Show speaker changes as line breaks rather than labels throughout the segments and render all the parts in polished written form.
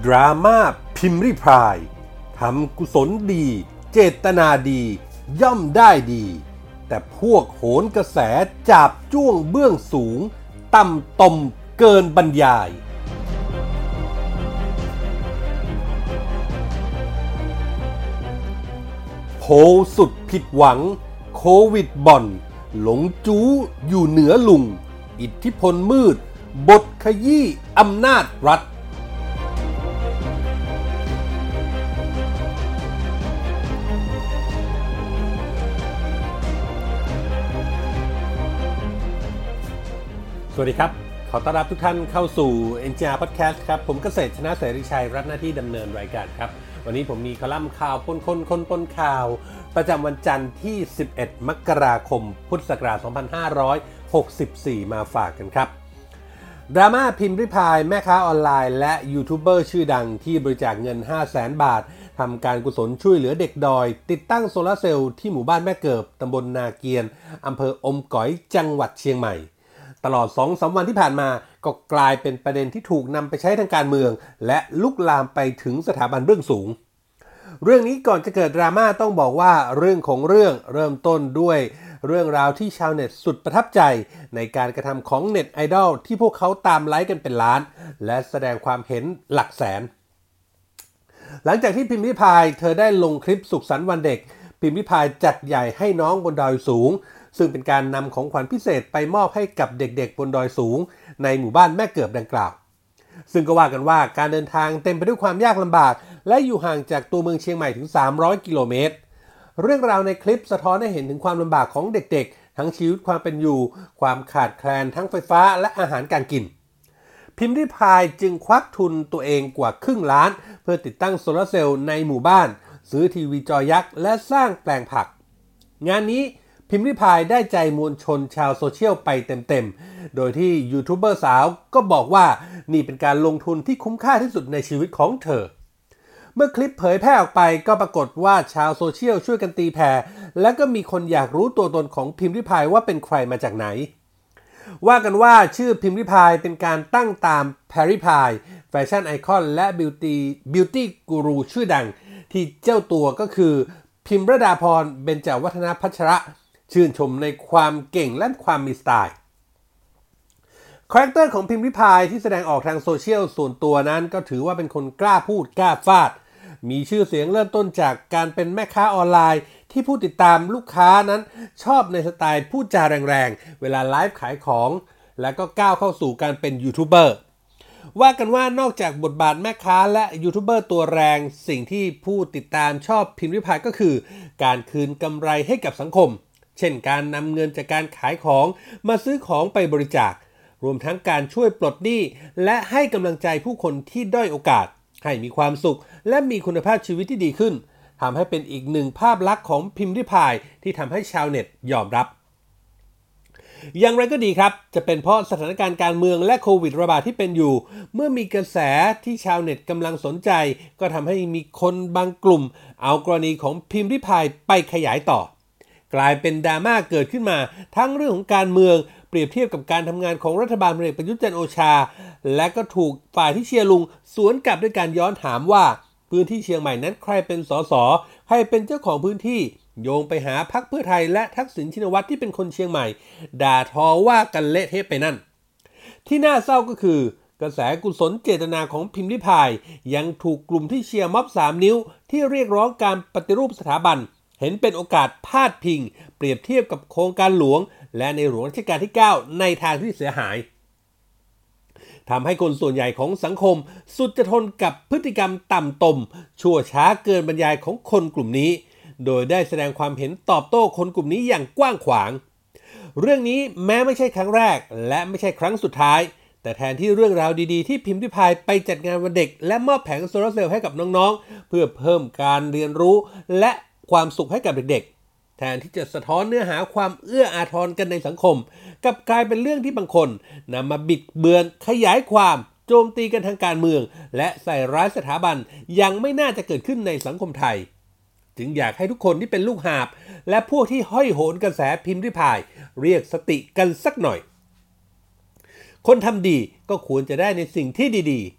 ดราม่าพิมพ์ริพายทำกุศลดีเจตนาดีย่อมได้ดีแต่พวกโหนกระแสจาบจ้วงเบื้องสูงต่ำตมเกินบรรยายโพลสุดผิดหวังโควิดบ่อนหลงจู้อยู่เหนือลุงอิทธิพลมืดบทขยี้อำนาจรัฐสวัสดีครับขอต้อนรับทุกท่านเข้าสู่ NGR Podcast ครับผมเกษตรชนะเสรีชัยรับหน้าที่ดำเนินรายการครับวันนี้ผมมีคอลัมน์ข่าวปนข่าวประจำวันจันทร์ที่11มกราคมพุทธศักราช2564มาฝากกันครับดราม่าพิมพ์ริพายแม่ค้าออนไลน์และยูทูบเบอร์ชื่อดังที่บริจาคเงิน 500,000 บาททำการกุศลช่วยเหลือเด็กดอยติดตั้งโซลาร์เซลล์ที่หมู่บ้านแม่เกิบตำบลนาเกียนอำเภออมก๋อยจังหวัดเชียงใหม่ตลอด 2-3 วันที่ผ่านมาก็กลายเป็นประเด็นที่ถูกนำไปใช้ทางการเมืองและลุกลามไปถึงสถาบันเบื้องสูงเรื่องนี้ก่อนจะเกิดดราม่าต้องบอกว่าเรื่องของเรื่องเริ่มต้นด้วยเรื่องราวที่ชาวเน็ตสุดประทับใจในการกระทำของเน็ตไอดอลที่พวกเขาตามไลค์กันเป็นล้านและแสดงความเห็นหลักแสนหลังจากที่พิมพ์ริพายเธอได้ลงคลิปสุขสันต์วันเด็กพิมพ์ริพายจัดใหญ่ให้น้องบนดอยสูงซึ่งเป็นการนำของขวัญพิเศษไปมอบให้กับเด็กๆบนดอยสูงในหมู่บ้านแม่เกิบดังกล่าวซึ่งก็ว่ากันว่าการเดินทางเต็มไปด้วยความยากลำบากและอยู่ห่างจากตัวเมืองเชียงใหม่ถึง300กิโลเมตรเรื่องราวในคลิปสะท้อนให้เห็นถึงความลำบากของเด็กๆทั้งชีวิตความเป็นอยู่ความขาดแคลนทั้งไฟฟ้าและอาหารการกินพิมพ์ริพายจึงควักทุนตัวเองกว่าครึ่งล้านเพื่อติดตั้งโซลาร์เซลล์ในหมู่บ้านซื้อทีวีจอยักษ์และสร้างแปลงผักงานนี้พิมพ์ริพายได้ใจมวลชนชาวโซเชียลไปเต็มๆโดยที่ยูทูบเบอร์สาวก็บอกว่านี่เป็นการลงทุนที่คุ้มค่าที่สุดในชีวิตของเธอเมื่อคลิปเผยแพร่ออกไปก็ปรากฏว่าชาวโซเชียลช่วยกันตีแผ่และก็มีคนอยากรู้ตัวตนของพิมพ์ริพายว่าเป็นใครมาจากไหนว่ากันว่าชื่อพิมพ์ริพายเป็นการตั้งตามแพรริพายแฟชั่นไอคอนและบิวตี้กูรูชื่อดังที่เจ้าตัวก็คือพิมรดาพรเบญจวัฒนพัชระชื่นชมในความเก่งและความมีสไตล์คาแรคเตอร์ของพิมพ์ริพายที่แสดงออกทางโซเชียลส่วนตัวนั้นก็ถือว่าเป็นคนกล้าพูดกล้าฟาดมีชื่อเสียงเริ่มต้นจากการเป็นแม่ค้าออนไลน์ที่ผู้ติดตามลูกค้านั้นชอบในสไตล์พูดจาแรงๆเวลาไลฟ์ขายของแล้วก็ก้าวเข้าสู่การเป็นยูทูบเบอร์ว่ากันว่านอกจากบทบาทแม่ค้าและยูทูบเบอร์ตัวแรงสิ่งที่ผู้ติดตามชอบพิมพ์ริพายก็คือการคืนกำไรให้กับสังคมเช่นการนำเงินจากการขายของมาซื้อของไปบริจาครวมทั้งการช่วยปลดหนี้และให้กำลังใจผู้คนที่ด้อยโอกาสให้มีความสุขและมีคุณภาพชีวิตที่ดีขึ้นทำให้เป็นอีกหนึ่งภาพลักษณ์ของพิมพ์ริพายที่ทำให้ชาวเน็ตยอมรับอย่างไรก็ดีครับจะเป็นเพราะสถานการณ์การเมืองและโควิดระบาดที่เป็นอยู่เมื่อมีกระแสที่ชาวเน็ตกำลังสนใจก็ทำให้มีคนบางกลุ่มเอากรณีของพิมพ์ริพายไปขยายต่อกลายเป็นดราม่าเกิดขึ้นมาทั้งเรื่องของการเมืองเปรียบเทียบกับการทำงานของรัฐบาลพลเอกประยุทธ์จันทร์โอชาและก็ถูกฝ่ายที่เชียร์ลุงสวนกลับด้วยการย้อนถามว่าพื้นที่เชียงใหม่นั้นใครเป็นสสใครเป็นเจ้าของพื้นที่โยงไปหาพรรคเพื่อไทยและทักษิณชินวัตรที่เป็นคนเชียงใหม่ด่าทอว่ากันเละเทะไปนั่นที่น่าเศร้าก็คือกระแสกุศลเจตนาของพิมพ์ริพายยังถูกกลุ่มที่เชียร์ม็อบ3นิ้วที่เรียกร้องการปฏิรูปสถาบันเห็นเป็นโอกาสพาดพิงเปรียบเทียบกับโครงการหลวงและในหลวงรัชกาลที่9ในทางที่เสียหายทำให้คนส่วนใหญ่ของสังคมสุดจะทนกับพฤติกรรมต่ำตมชั่วช้าเกินบรรยายของคนกลุ่มนี้โดยได้แสดงความเห็นตอบโต้คนกลุ่มนี้อย่างกว้างขวางเรื่องนี้แม้ไม่ใช่ครั้งแรกและไม่ใช่ครั้งสุดท้ายแต่แทนที่เรื่องราวดีๆที่พิมพ์ริพายไปจัดงานวันเด็กและมอบแผงโซลาร์เซลล์ให้กับน้องๆเพื่อเพิ่มการเรียนรู้และความสุขให้กับเด็กๆแทนที่จะสะท้อนเนื้อหาความเอื้ออาทรกันในสังคมกลับกลายเป็นเรื่องที่บางคนนำมาบิดเบือนขยายความโจมตีกันทางการเมืองและใส่ร้ายสถาบันยังไม่น่าจะเกิดขึ้นในสังคมไทยจึงอยากให้ทุกคนที่เป็นลูกหาบและพวกที่ห้อยโหนกระแสพิมพ์ริพายเรียกสติกันสักหน่อยคนทำดีก็ควรจะได้ในสิ่งที่ดีๆ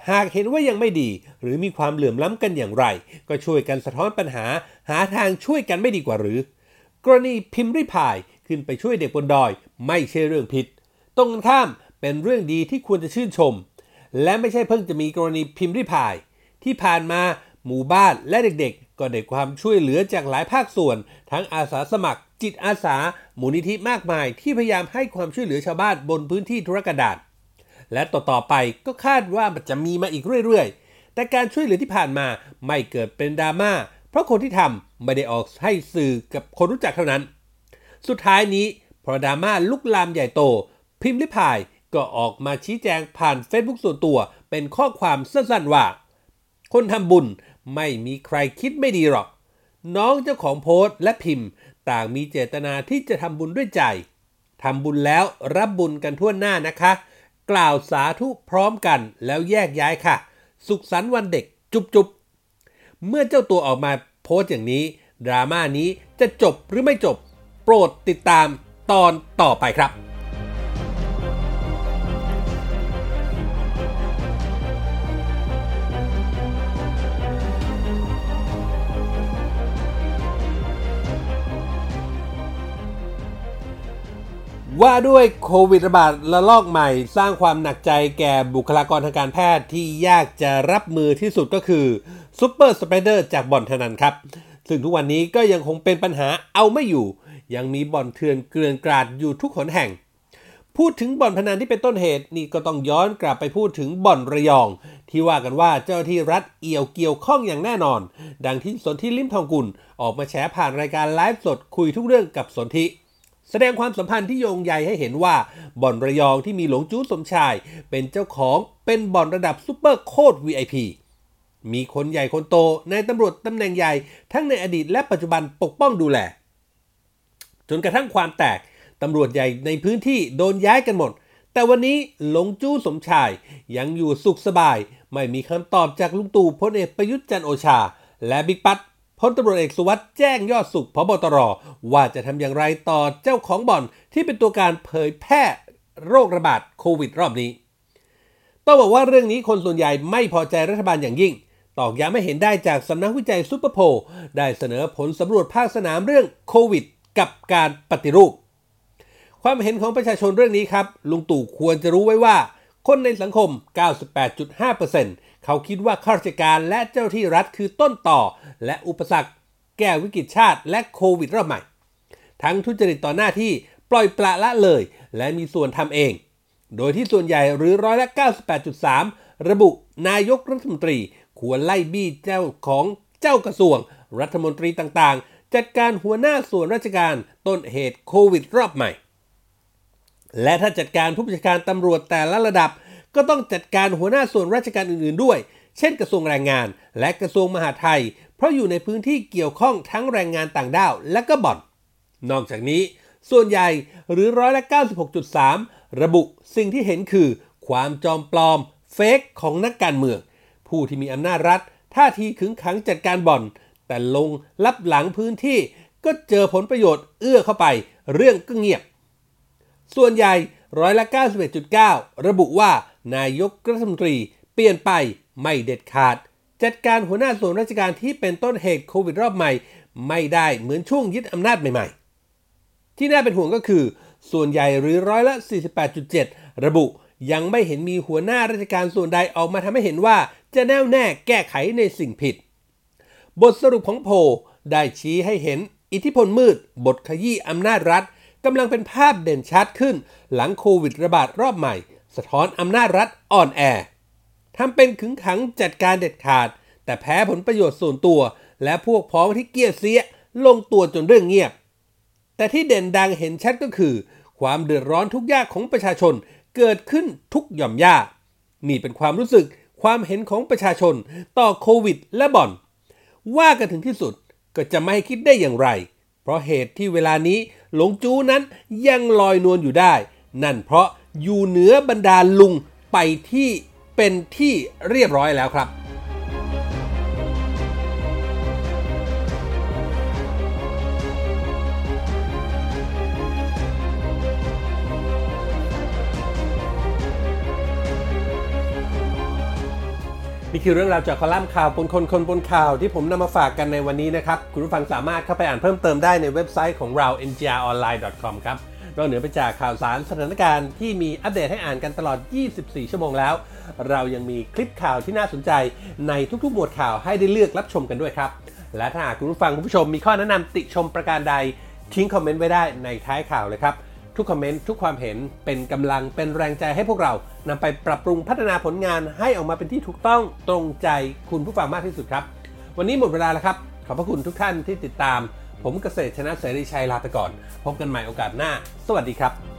หากเห็นว่ายังไม่ดีหรือมีความเหลื่อมล้ำกันอย่างไรก็ช่วยกันสะท้อนปัญหาทางช่วยกันไม่ดีกว่าหรือกรณีพิมพ์ริพายขึ้นไปช่วยเด็กบนดอยไม่ใช่เรื่องผิดตรงกันข้ามเป็นเรื่องดีที่ควรจะชื่นชมและไม่ใช่เพิ่งจะมีกรณีพิมพ์ริพายที่ผ่านมาหมู่บ้านและเด็กๆก็ได้ความช่วยเหลือจากหลายภาคส่วนทั้งอาสาสมัครจิตอาสามูลนิธิมากมายที่พยายามให้ความช่วยเหลือชาวบ้านบนพื้นที่ทุรกันดารและต่อไปก็คาดว่ามันจะมีมาอีกเรื่อยๆแต่การช่วยเหลือที่ผ่านมาไม่เกิดเป็นดราม่าเพราะคนที่ทำไม่ได้ออกให้สื่อกับคนรู้จักเท่านั้นสุดท้ายนี้พอดราม่าลุกลามใหญ่โตพิมพ์ริพายก็ออกมาชี้แจงผ่าน Facebook ส่วนตัวเป็นข้อความสั้นๆว่าคนทำบุญไม่มีใครคิดไม่ดีหรอกน้องเจ้าของโพสต์และพิมพ์ต่างมีเจตนาที่จะทำบุญด้วยใจทำบุญแล้วรับบุญกันทั่วหน้านะคะกล่าวสาธุพร้อมกันแล้วแยกย้ายค่ะสุขสันต์วันเด็กจุ๊บๆเมื่อเจ้าตัวออกมาโพสต์อย่างนี้ดราม่านี้จะจบหรือไม่จบโปรดติดตามตอนต่อไปครับว่าด้วยโควิดระบาดระลอกใหม่สร้างความหนักใจแก่บุคลากรทางการแพทย์ที่ยากจะรับมือที่สุดก็คือซุปเปอร์สเปรดเดอร์จากบ่อนพนันครับซึ่งทุกวันนี้ก็ยังคงเป็นปัญหาเอาไม่อยู่ยังมีบ่อนเถื่อนเกลื่อนกราดอยู่ทุกหนแห่งพูดถึงบ่อนพนันที่เป็นต้นเหตุนี่ก็ต้องย้อนกลับไปพูดถึงบ่อนระยองที่ว่ากันว่าเจ้าที่รัฐเกี่ยวข้องอย่างแน่นอนดังที่สนธิลิ้มทองกุลออกมาแฉผ่านรายการไลฟ์สดคุยทุกเรื่องกับสนธิแสดงความสัมพันธ์ที่โยงใยให้เห็นว่าบ่อนระยองที่มีหลวงจู๊สมชายเป็นเจ้าของเป็นบ่อนระดับซุปเปอร์โคตร VIP มีคนใหญ่คนโตในตำรวจตำแหน่งใหญ่ทั้งในอดีตและปัจจุบันปกป้องดูแลจนกระทั่งความแตกตำรวจใหญ่ในพื้นที่โดนย้ายกันหมดแต่วันนี้หลงจู้สมชายยังอยู่สุขสบายไม่มีคำตอบจากลุงตู่พลเอกประยุทธ์จันทร์โอชาและบิ๊กปั๊ดพลตำรวจเอกสุวัสด์แจ้งยอดสุขผบ.ตร.ว่าจะทำอย่างไรต่อเจ้าของบ่อนที่เป็นตัวการเผยแพร่โรคระบาดโควิดรอบนี้ต้องบอกว่าเรื่องนี้คนส่วนใหญ่ไม่พอใจรัฐบาลอย่างยิ่งตอกย้ำให้เห็นได้จากสำนักวิจัยซุปเปอร์โพลได้เสนอผลสำรวจภาคสนามเรื่องโควิดกับการปฏิรูปความเห็นของประชาชนเรื่องนี้ครับลุงตู่ควรจะรู้ไว้ว่าคนในสังคม 98.5% เขาคิดว่าข้าราชการและเจ้าที่รัฐคือต้นต่อและอุปสรรคแก้วิกฤตชาติและโควิดรอบใหม่ทั้งทุจริตต่อหน้าที่ปล่อยปละละเลยและมีส่วนทำเองโดยที่ส่วนใหญ่หรือร้อยละ 98.3% ระบุนายกรัฐมนตรีควรไล่บี้เจ้ากระทรวงรัฐมนตรีต่างๆจัดการหัวหน้าส่วนราชการต้นเหตุโควิดรอบใหม่และถ้าจัดการผู้บัญชาการตำรวจแต่ละระดับก็ต้องจัดการหัวหน้าส่วนราชการอื่นๆด้วยเช่นกระทรวงแรงงานและกระทรวงมหาดไทยเพราะอยู่ในพื้นที่เกี่ยวข้องทั้งแรงงานต่างด้าวและก็บ่อนนอกจากนี้ส่วนใหญ่หรือร้อยละ 96.3% ระบุสิ่งที่เห็นคือความจอมปลอมเฟกของนักการเมืองผู้ที่มีอำนาจรัฐท่าทีขึงขังจัดการบ่อนแต่ลงลับหลังพื้นที่ก็เจอผลประโยชน์เอื้อเข้าไปเรื่องก็เงียบส่วนใหญ่ร้อยละ 91.9% ระบุว่านายกรัฐมนตรีเปลี่ยนไปไม่เด็ดขาดจัดการหัวหน้าส่วนราชการที่เป็นต้นเหตุโควิดรอบใหม่ไม่ได้เหมือนช่วงยึดอำนาจใหม่ๆที่น่าเป็นห่วงก็คือส่วนใหญ่หรือร้อยละ 48.7% ระบุยังไม่เห็นมีหัวหน้าราชการส่วนใดออกมาทำให้เห็นว่าจะแน่วแน่แก้ไขในสิ่งผิดบทสรุปของโพลได้ชี้ให้เห็นอิทธิพลมืดบทขยี้อำนาจรัฐกำลังเป็นภาพเด่นชัดขึ้นหลังโควิดระบาดรอบใหม่สะท้อนอำนาจรัฐอ่อนแอทำเป็นขึงขังจัดการเด็ดขาดแต่แพ้ผลประโยชน์ส่วนตัวและพวกพ้องที่เกี้ยเสียลงตัวจนเรื่องเงียบแต่ที่เด่นดังเห็นชัดก็คือความเดือดร้อนทุกข์ยากของประชาชนเกิดขึ้นทุกหย่อมย่านี่เป็นความรู้สึกความเห็นของประชาชนต่อโควิดและบ่อนว่ากันถึงที่สุดก็จะไม่ให้คิดได้อย่างไรเพราะเหตุที่เวลานี้หลงจู้นั้นยังลอยนวลอยู่ได้นั่นเพราะอยู่เหนือบรรดาลุงไปที่เป็นที่เรียบร้อยแล้วครับ คนี่คือเรื่องราวจากคอลัมน์ข่าวปนคนปนข่าวที่ผมนำมาฝากกันในวันนี้นะครับคุณผู้ฟังสามารถเข้าไปอ่านเพิ่มเติมได้ในเว็บไซต์ของเรา ngronline.com ครับนอกเหนือไปจากข่าวสารสถานการณ์ที่มีอัปเดตให้อ่านกันตลอด 24 ชั่วโมงแล้วเรายังมีคลิปข่าวที่น่าสนใจในทุกๆหมวดข่าวให้ได้เลือกรับชมกันด้วยครับและถ้าหากคุณผู้ฟังคุณผู้ชมมีข้อแนะนำติชมประการใดทิ้งคอมเมนต์ไว้ได้ในท้ายข่าวเลยครับทุกคอมเมนต์ทุกความเห็นเป็นกำลังเป็นแรงใจให้พวกเรานำไปปรับปรุงพัฒนาผลงานให้ออกมาเป็นที่ถูกต้องตรงใจคุณผู้ฟังมากที่สุดครับวันนี้หมดเวลาแล้วครับขอบพระคุณทุกท่านที่ติดตามผมเกษตรชนะเสรีชัยลาไปก่อนพบกันใหม่โอกาสหน้าสวัสดีครับ